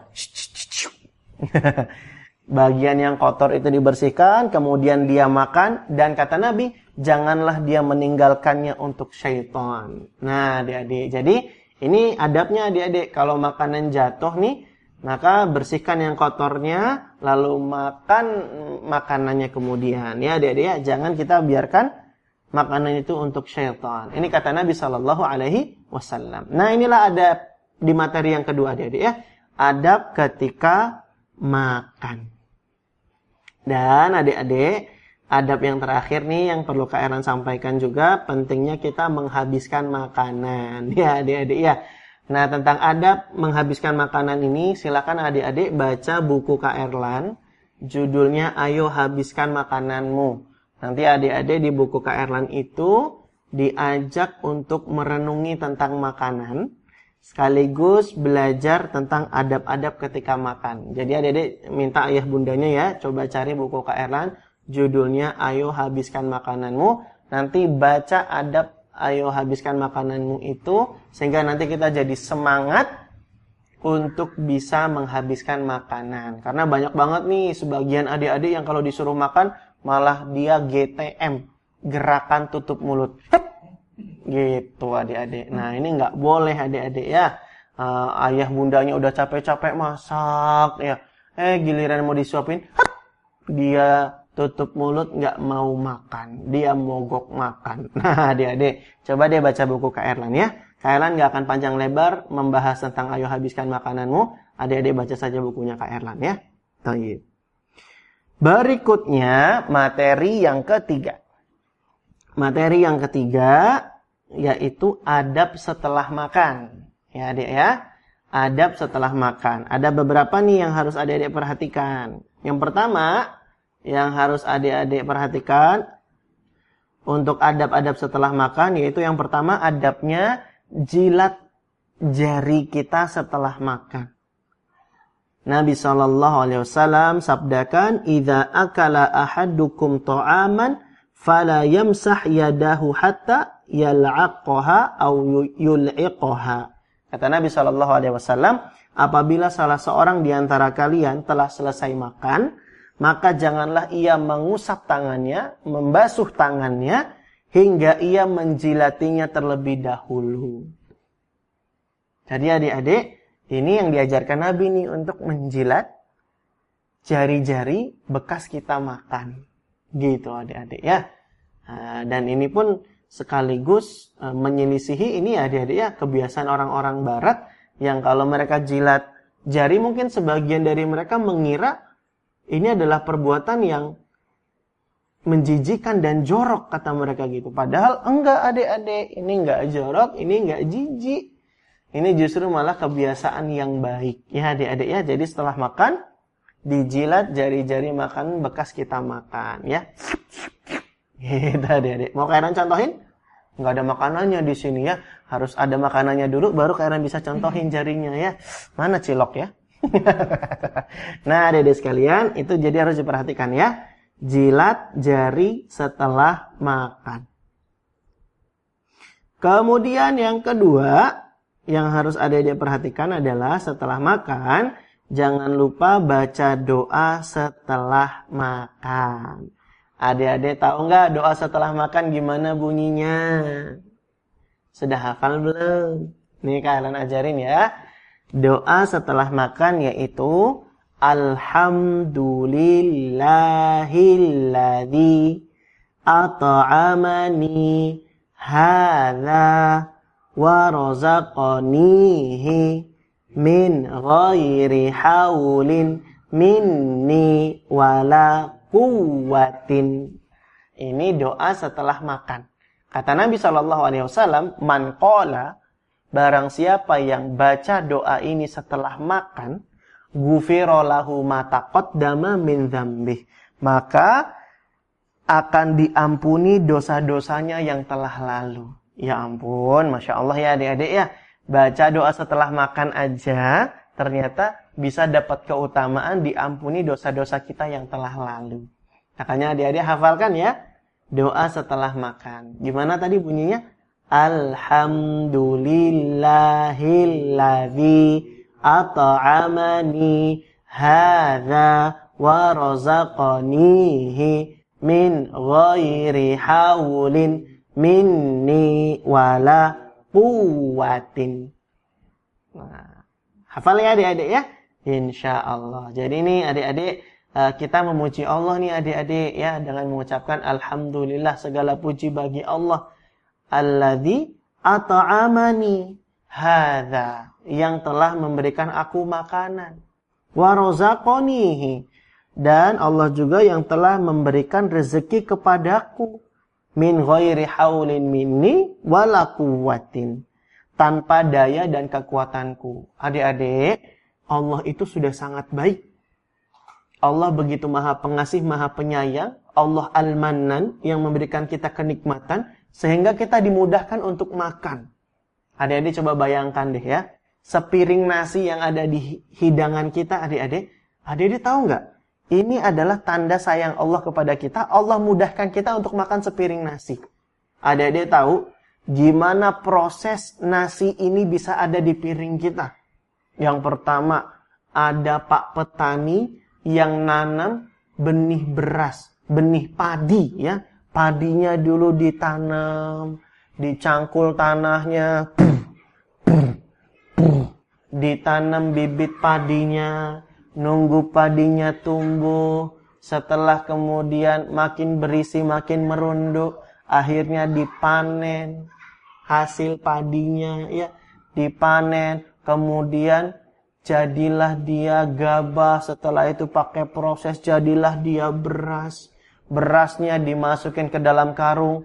Bagian yang kotor itu dibersihkan, kemudian dia makan, dan kata Nabi, janganlah dia meninggalkannya untuk syaitan. Nah, adik-adik. Jadi, ini adabnya adik-adik. Kalau makanan jatuh nih, maka bersihkan yang kotornya, lalu makan makanannya kemudian. Ya adik-adik ya, jangan kita biarkan makanan itu untuk syaitan. Ini kata Nabi Sallallahu Alaihi Wasallam. Nah, inilah adab di materi yang kedua adik-adik ya. Adab ketika makan. Dan adik-adik, adab yang terakhir nih yang perlu Kak Erlan sampaikan juga, pentingnya kita menghabiskan makanan. Ya adik-adik ya. Nah, tentang adab menghabiskan makanan ini, silakan adik-adik baca buku Kak Erlan. Judulnya Ayo Habiskan Makananmu. Nanti adik-adik di buku Kak Erlan itu diajak untuk merenungi tentang makanan. sekaligus belajar tentang adab-adab ketika makan. Jadi adik-adik minta ayah bundanya ya, coba cari buku Kak Erlan, judulnya Ayo Habiskan Makananmu. Nanti baca adab Ayo Habiskan Makananmu itu, sehingga nanti kita jadi semangat untuk bisa menghabiskan makanan. Karena banyak banget nih sebagian adik-adik yang kalau disuruh makan, malah dia G T M, gerakan tutup mulut. Hup! Gitu adik-adik. Nah ini nggak boleh adik-adik ya. Uh, ayah bundanya udah capek-capek masak ya. Eh giliran mau disuapin, hup! Dia tutup mulut nggak mau makan. Dia mogok makan. Nah adik-adik, coba deh baca buku Kak Erlan ya. Kak Erlan nggak akan panjang lebar membahas tentang Ayo Habiskan Makananmu. Adik-adik baca saja bukunya Kak Erlan ya. Baik. Berikutnya materi yang ketiga. Materi yang ketiga yaitu adab setelah makan. Ya adik ya. Adab setelah makan. Ada beberapa nih yang harus adik-adik perhatikan. Yang pertama yang harus adik-adik perhatikan untuk adab-adab setelah makan, yaitu yang pertama adabnya jilat jari kita setelah makan. Nabi shallallahu alaihi wasallam sabdakan, "Idza akala ahadukum ta'aman fala yamsah yadahu hatta yal'aqaha aw yul'iqaha." Kata Nabi shallallahu alaihi wasallam, apabila salah seorang di antara kalian telah selesai makan, maka janganlah ia mengusap tangannya, membasuh tangannya, hingga ia menjilatinya terlebih dahulu. Jadi adik-adik, ini yang diajarkan Nabi nih untuk menjilat jari-jari bekas kita makan. Gitu adik-adik ya. Nah, dan ini pun sekaligus e, menyelisihi ini adik-adik ya, kebiasaan orang-orang barat yang kalau mereka jilat jari mungkin sebagian dari mereka mengira ini adalah perbuatan yang menjijikan dan jorok kata mereka gitu. Padahal enggak adik-adik, ini enggak jorok, ini enggak jijik. Ini justru malah kebiasaan yang baik. Ya adik-adik ya, jadi setelah makan dijilat jari-jari makan bekas kita makan ya. Gitu adik-adik. Mau kalian contohin? Enggak ada makanannya di sini ya. Harus ada makanannya dulu baru kalian bisa contohin jarinya ya. Mana cilok ya? Nah adik-adik sekalian, itu jadi harus diperhatikan ya. Jilat jari setelah makan. Kemudian yang kedua yang harus adik-adik perhatikan adalah setelah makan, jangan lupa baca doa setelah makan. Adik-adik tahu nggak doa setelah makan gimana bunyinya? Sudah hafal belum? Nih kalian ajarin ya. Doa setelah makan yaitu Alhamdulillahilladzi at'amani hadza wa razaqanihi min ghairi haulin minni wala quwwatin. Ini doa setelah makan. Kata Nabi shallallahu alaihi wasallam, man qala, barang siapa yang baca doa ini setelah makan, ghufira lahu ma taqaddama min dzambih, maka akan diampuni dosa-dosanya yang telah lalu. Ya ampun, Masya Allah ya adik-adik ya. Baca doa setelah makan aja, ternyata bisa dapat keutamaan diampuni dosa-dosa kita yang telah lalu. Makanya adik-adik hafalkan ya, doa setelah makan. Gimana tadi bunyinya? Alhamdulillahilladzi at'amani hadza wa razaqanihi min ghairi haulin minni wala quwwatin. Nah, hafal ya adik-adik ya? Insyaallah. Jadi ini adik-adik, kita memuji Allah nih adik-adik ya, dengan mengucapkan alhamdulillah, segala puji bagi Allah. Alladzi at'amani hadza, yang telah memberikan aku makanan. Wa razaqanihi, dan Allah juga yang telah memberikan rezeki kepadaku. Min ghairi haulin minni wala quwwatin, tanpa daya dan kekuatanku. Adik-adik, Allah itu sudah sangat baik. Allah begitu maha pengasih, maha penyayang. Allah Al-Mannan yang memberikan kita kenikmatan sehingga kita dimudahkan untuk makan. Adik-adik coba bayangkan deh ya. Sepiring nasi yang ada di hidangan kita, adik-adik. Adik-adik tahu nggak? Ini adalah tanda sayang Allah kepada kita. Allah mudahkan kita untuk makan sepiring nasi. Adik-adik tahu gimana proses nasi ini bisa ada di piring kita? Yang pertama, ada Pak Petani yang nanam benih beras, benih padi ya. Padinya dulu ditanam, dicangkul tanahnya, ditanam bibit padinya, nunggu padinya tumbuh, setelah kemudian makin berisi, makin merunduk, akhirnya dipanen hasil padinya ya, dipanen, kemudian jadilah dia gabah, setelah itu pakai proses jadilah dia beras. Berasnya dimasukin ke dalam karung.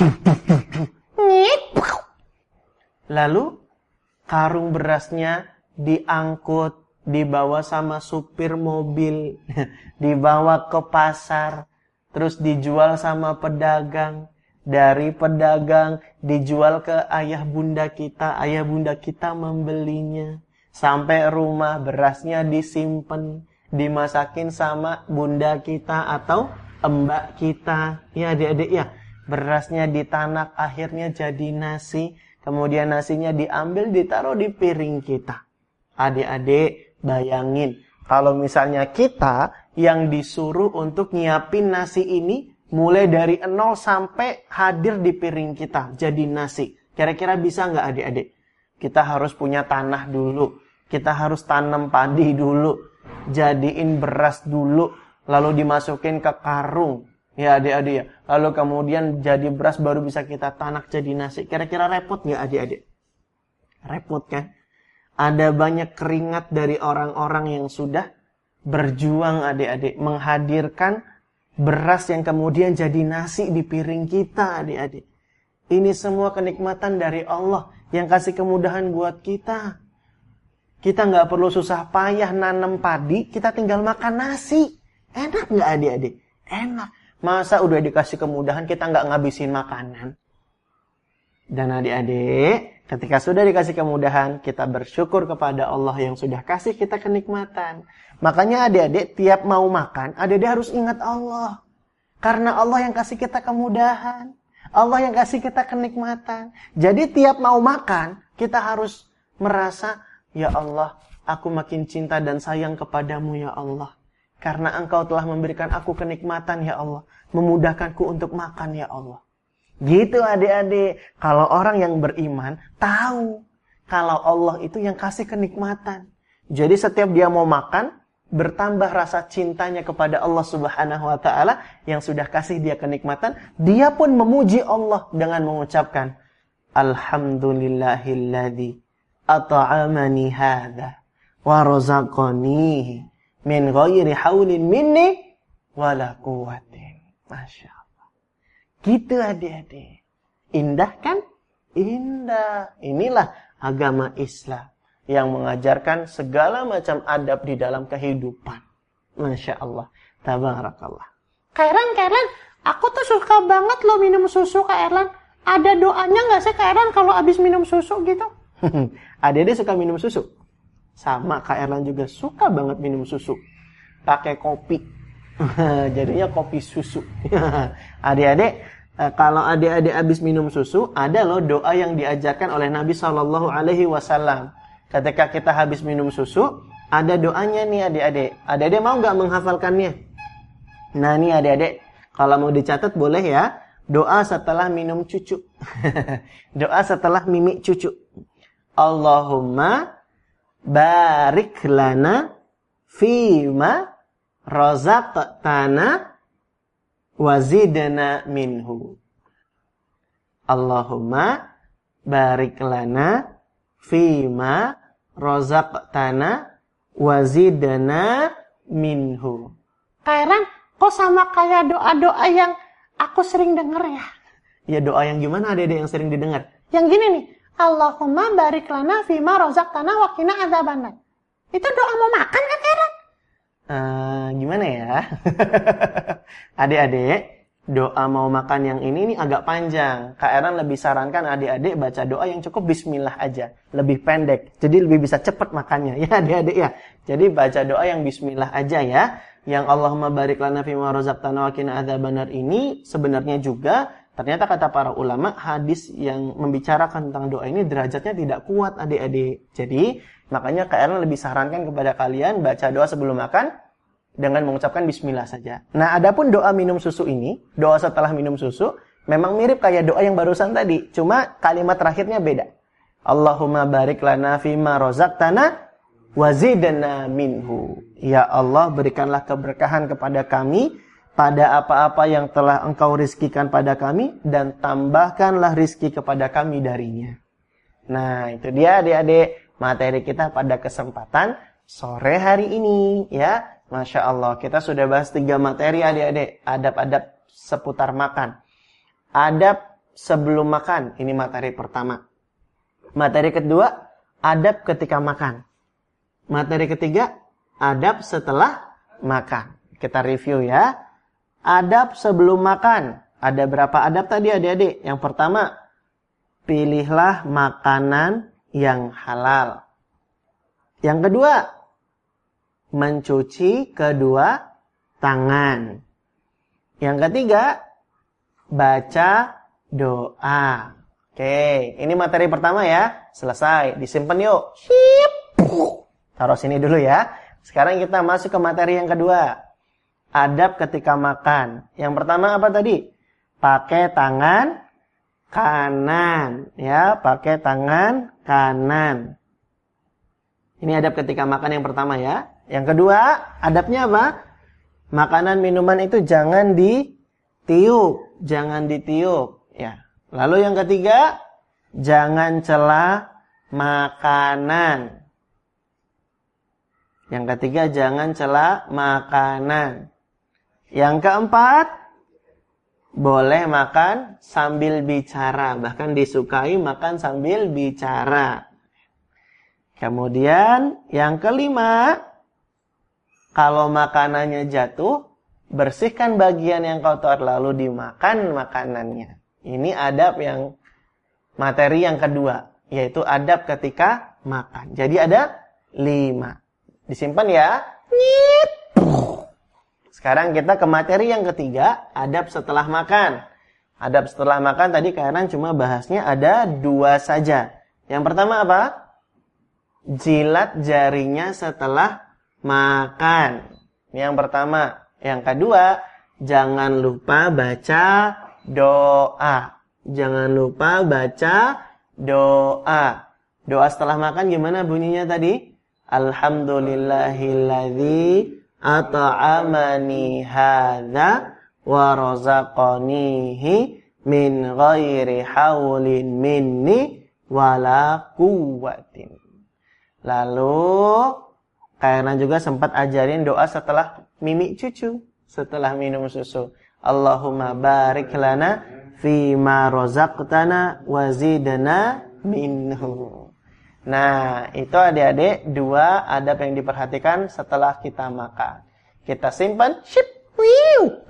Lalu karung berasnya diangkut, dibawa sama supir mobil, dibawa ke pasar, terus dijual sama pedagang. Dari pedagang dijual ke ayah bunda kita, ayah bunda kita membelinya. Sampai rumah berasnya disimpan, dimasakin sama bunda kita atau embak kita. Ya adik-adik ya, berasnya ditanak, akhirnya jadi nasi. Kemudian nasinya diambil, ditaruh di piring kita. Adik-adik bayangin, kalau misalnya kita yang disuruh untuk nyiapin nasi ini, mulai dari nol sampai hadir di piring kita, jadi nasi. Kira-kira bisa nggak adik-adik? Kita harus punya tanah dulu. Kita harus tanam padi dulu. Jadiin beras dulu. Lalu dimasukin ke karung. Ya adik-adik ya. Lalu kemudian jadi beras baru bisa kita tanak jadi nasi. Kira-kira repot nggak adik-adik? Repot kan? Ada banyak keringat dari orang-orang yang sudah berjuang adik-adik. Menghadirkan beras yang kemudian jadi nasi di piring kita adik-adik. Ini semua kenikmatan dari Allah yang kasih kemudahan buat kita. Kita nggak perlu susah payah nanam padi, kita tinggal makan nasi. Enak nggak adik-adik? Enak. Masa udah dikasih kemudahan kita nggak ngabisin makanan? Dan adik-adik, ketika sudah dikasih kemudahan, kita bersyukur kepada Allah yang sudah kasih kita kenikmatan. Makanya adik-adik tiap mau makan, adik-adik harus ingat Allah. Karena Allah yang kasih kita kemudahan. Allah yang kasih kita kenikmatan. Jadi tiap mau makan, kita harus merasa, ya Allah, aku makin cinta dan sayang kepadamu ya Allah. Karena engkau telah memberikan aku kenikmatan ya Allah. Memudahkanku untuk makan ya Allah. Gitu adik-adik. Kalau orang yang beriman, tahu kalau Allah itu yang kasih kenikmatan. Jadi setiap dia mau makan, bertambah rasa cintanya kepada Allah Subhanahu wa Ta'ala yang sudah kasih dia kenikmatan. Dia pun memuji Allah dengan mengucapkan, Alhamdulillahilladzi at'amani hadza wa razaqanihi min ghairi haulin minni wala quwwatin. Masya Allah. Gitu adik-adik. Indah kan? Indah. Inilah agama Islam yang mengajarkan segala macam adab di dalam kehidupan. Masya Allah. Tabarakallah. Kak Erlan, Kak Erlan, aku tuh suka banget loh minum susu Kak Erlan. Ada doanya nggak sih Kak Erlan kalau habis minum susu gitu? Adik-adik suka minum susu? Sama, Kak Erlan juga suka banget minum susu. Pakai kopi. Jadinya kopi susu. Adik-adik, kalau adik-adik habis minum susu, ada loh doa yang diajarkan oleh Nabi shallallahu alaihi wasallam. Ketika kita habis minum susu, ada doanya nih adik-adik. Adik-adik mau nggak menghafalkannya? Nah nih adik-adik, kalau mau dicatat boleh ya. Doa setelah minum cucu. Doa setelah mimik cucu. Allahumma barik lana fima razaqtana wazidna minhu. Allahumma barik lana fima razaqtana wazidna minhu. Kak Erlan, kok sama kayak doa-doa yang aku sering denger ya? Ya doa yang gimana adik-adik yang sering didengar? Yang gini nih, Allahumma barik lana fima razaqtana wa qina adzabannar. Itu doa mau makan kan Kak Erlan? Uh, gimana ya? Adik-adik, doa mau makan yang ini ini agak panjang. Kak Eran lebih sarankan adik-adik baca doa yang cukup bismillah aja, lebih pendek. Jadi lebih bisa cepat makannya ya adik-adik ya. Jadi baca doa yang bismillah aja ya. Yang Allahumma barik lana fima razaqtana wa qina adzabannar ini sebenarnya juga ternyata kata para ulama hadis yang membicarakan tentang doa ini derajatnya tidak kuat adik-adik. Jadi makanya Kak Eran lebih sarankan kepada kalian baca doa sebelum makan dengan mengucapkan bismillah saja. Nah, adapun doa minum susu ini, doa setelah minum susu, memang mirip kayak doa yang barusan tadi. Cuma kalimat terakhirnya beda. Allahumma barik lana fima razaqtana wazidna minhu. Ya Allah, berikanlah keberkahan kepada kami pada apa-apa yang telah Engkau rizkikan pada kami dan tambahkanlah rizki kepada kami darinya. Nah, itu dia adik-adik materi kita pada kesempatan sore hari ini ya. Masya Allah, kita sudah bahas tiga materi adik-adik. Adab-adab seputar makan. Adab sebelum makan, ini materi pertama. Materi kedua, adab ketika makan. Materi ketiga, adab setelah makan. Kita review ya. Adab sebelum makan. Ada berapa adab tadi adik-adik? Yang pertama, pilihlah makanan yang halal. Yang kedua, mencuci kedua tangan. Yang ketiga, baca doa. Oke, ini materi pertama ya. Selesai, disimpan yuk. Sip. Taruh sini dulu ya. Sekarang kita masuk ke materi yang kedua. Adab ketika makan. Yang pertama apa tadi? Pakai tangan kanan. Ya, pakai tangan kanan. Ini adab ketika makan yang pertama ya. Yang kedua, adabnya apa? Makanan minuman itu jangan ditiup, jangan ditiup, ya. Lalu yang ketiga, jangan celah makanan. Yang ketiga, jangan celah makanan. Yang keempat, boleh makan sambil bicara, bahkan disukai makan sambil bicara. Kemudian yang kelima, kalau makanannya jatuh, bersihkan bagian yang kotor lalu dimakan makanannya. Ini adab yang materi yang kedua, yaitu adab ketika makan. Jadi ada lima. Disimpan ya. Sekarang kita ke materi yang ketiga, adab setelah makan. Adab setelah makan tadi karena cuma bahasnya ada dua saja. Yang pertama apa? Jilat jarinya setelah makan. Yang pertama. Yang kedua, jangan lupa baca doa. Jangan lupa baca doa. Doa setelah makan gimana bunyinya tadi? Alhamdulillahilladzi at'amani hadza wa razaqanihi min ghairi haulin minni wala quwwatin. Lalu karena juga sempat ajarin doa setelah mimi cucu, setelah minum susu. Allahumma barik lana fima razaqtana wazidna minhu. Nah, itu adik-adik dua adab yang diperhatikan setelah kita makan. Kita simpan, ship, wiu.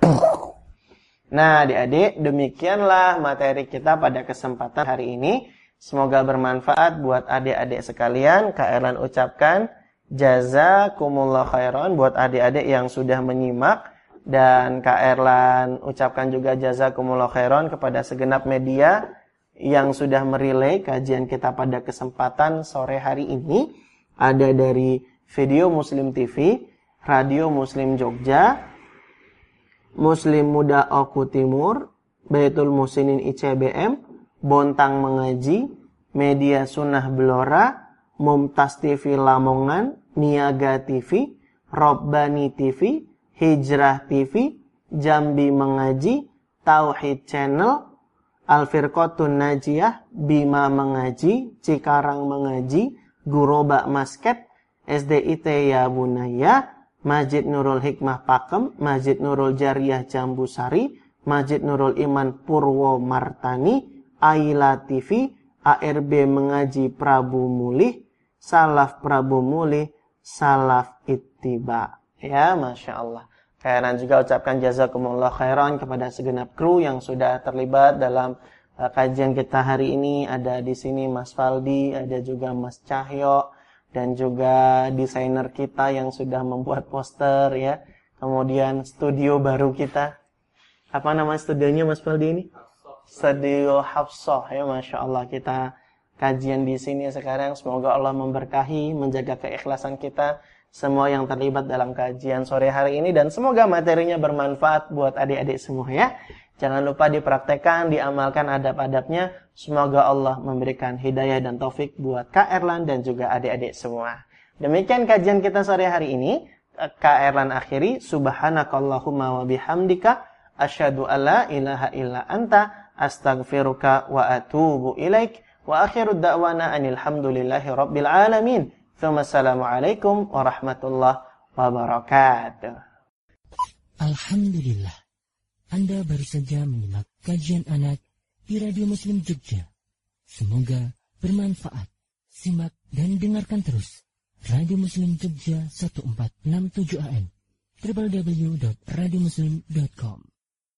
Nah, adik-adik, demikianlah materi kita pada kesempatan hari ini. Semoga bermanfaat buat adik-adik sekalian. Kak Erlan ucapkan jazakumullah khairan buat adik-adik yang sudah menyimak. Dan Kak Erlan ucapkan juga jazakumullah khairan kepada segenap media yang sudah merilai kajian kita pada kesempatan sore hari ini. Ada dari Video Muslim T V, Radio Muslim Jogja, Muslim Muda Oku Timur, Baitul Musinin I C B M, Bontang Mengaji, Media Sunnah Blora, Mumtaz T V Lamongan, Niaga T V, Robbani T V, Hijrah T V, Jambi Mengaji, Tauhid Channel, Al-Firqatun Najiyah, Bima Mengaji, Cikarang Mengaji, Guroba Masket, S D I T Ya Bunaya, Masjid Nurul Hikmah Pakem, Masjid Nurul Jariyah Jambu Sari, Masjid Nurul Iman Purwo Martani, Aila T V, A R B Mengaji Prabu Mulih, Salaf Prabu Mulih, Salaf Ittiba. Ya, Masya Allah. Kairan juga ucapkan jazakumullah khairan kepada segenap kru yang sudah terlibat dalam uh, kajian kita hari ini. Ada di sini Mas Faldi, ada juga Mas Cahyo, dan juga desainer kita yang sudah membuat poster ya. Kemudian studio baru kita. Apa nama studionya Mas Faldi ini? Studio Hafsah ya, Masya Allah. Kita kajian di sini sekarang. Semoga Allah memberkahi, menjaga keikhlasan kita semua yang terlibat dalam kajian sore hari ini, dan semoga materinya bermanfaat buat adik-adik semua ya. Jangan lupa dipraktekkan, diamalkan adab-adabnya. Semoga Allah memberikan hidayah dan taufik buat Kak Erlan dan juga adik-adik semua. Demikian kajian kita sore hari ini. Kak Erlan akhiri, subhanakallahumma wa bihamdika asyhadu alla ilaha illa anta astaghfiruka wa atubu ilaik. Wa akhirud da'wana anil hamdulillahi rabbil alamin. Assalamualaikum warahmatullahi wabarakatuh. Alhamdulillah, Anda baru saja menyimak kajian anak di Radio Muslim Jogja. Semoga bermanfaat. Simak dan dengarkan terus Radio Muslim Jogja seribu empat ratus enam puluh tujuh A M w w w titik radio muslim titik com.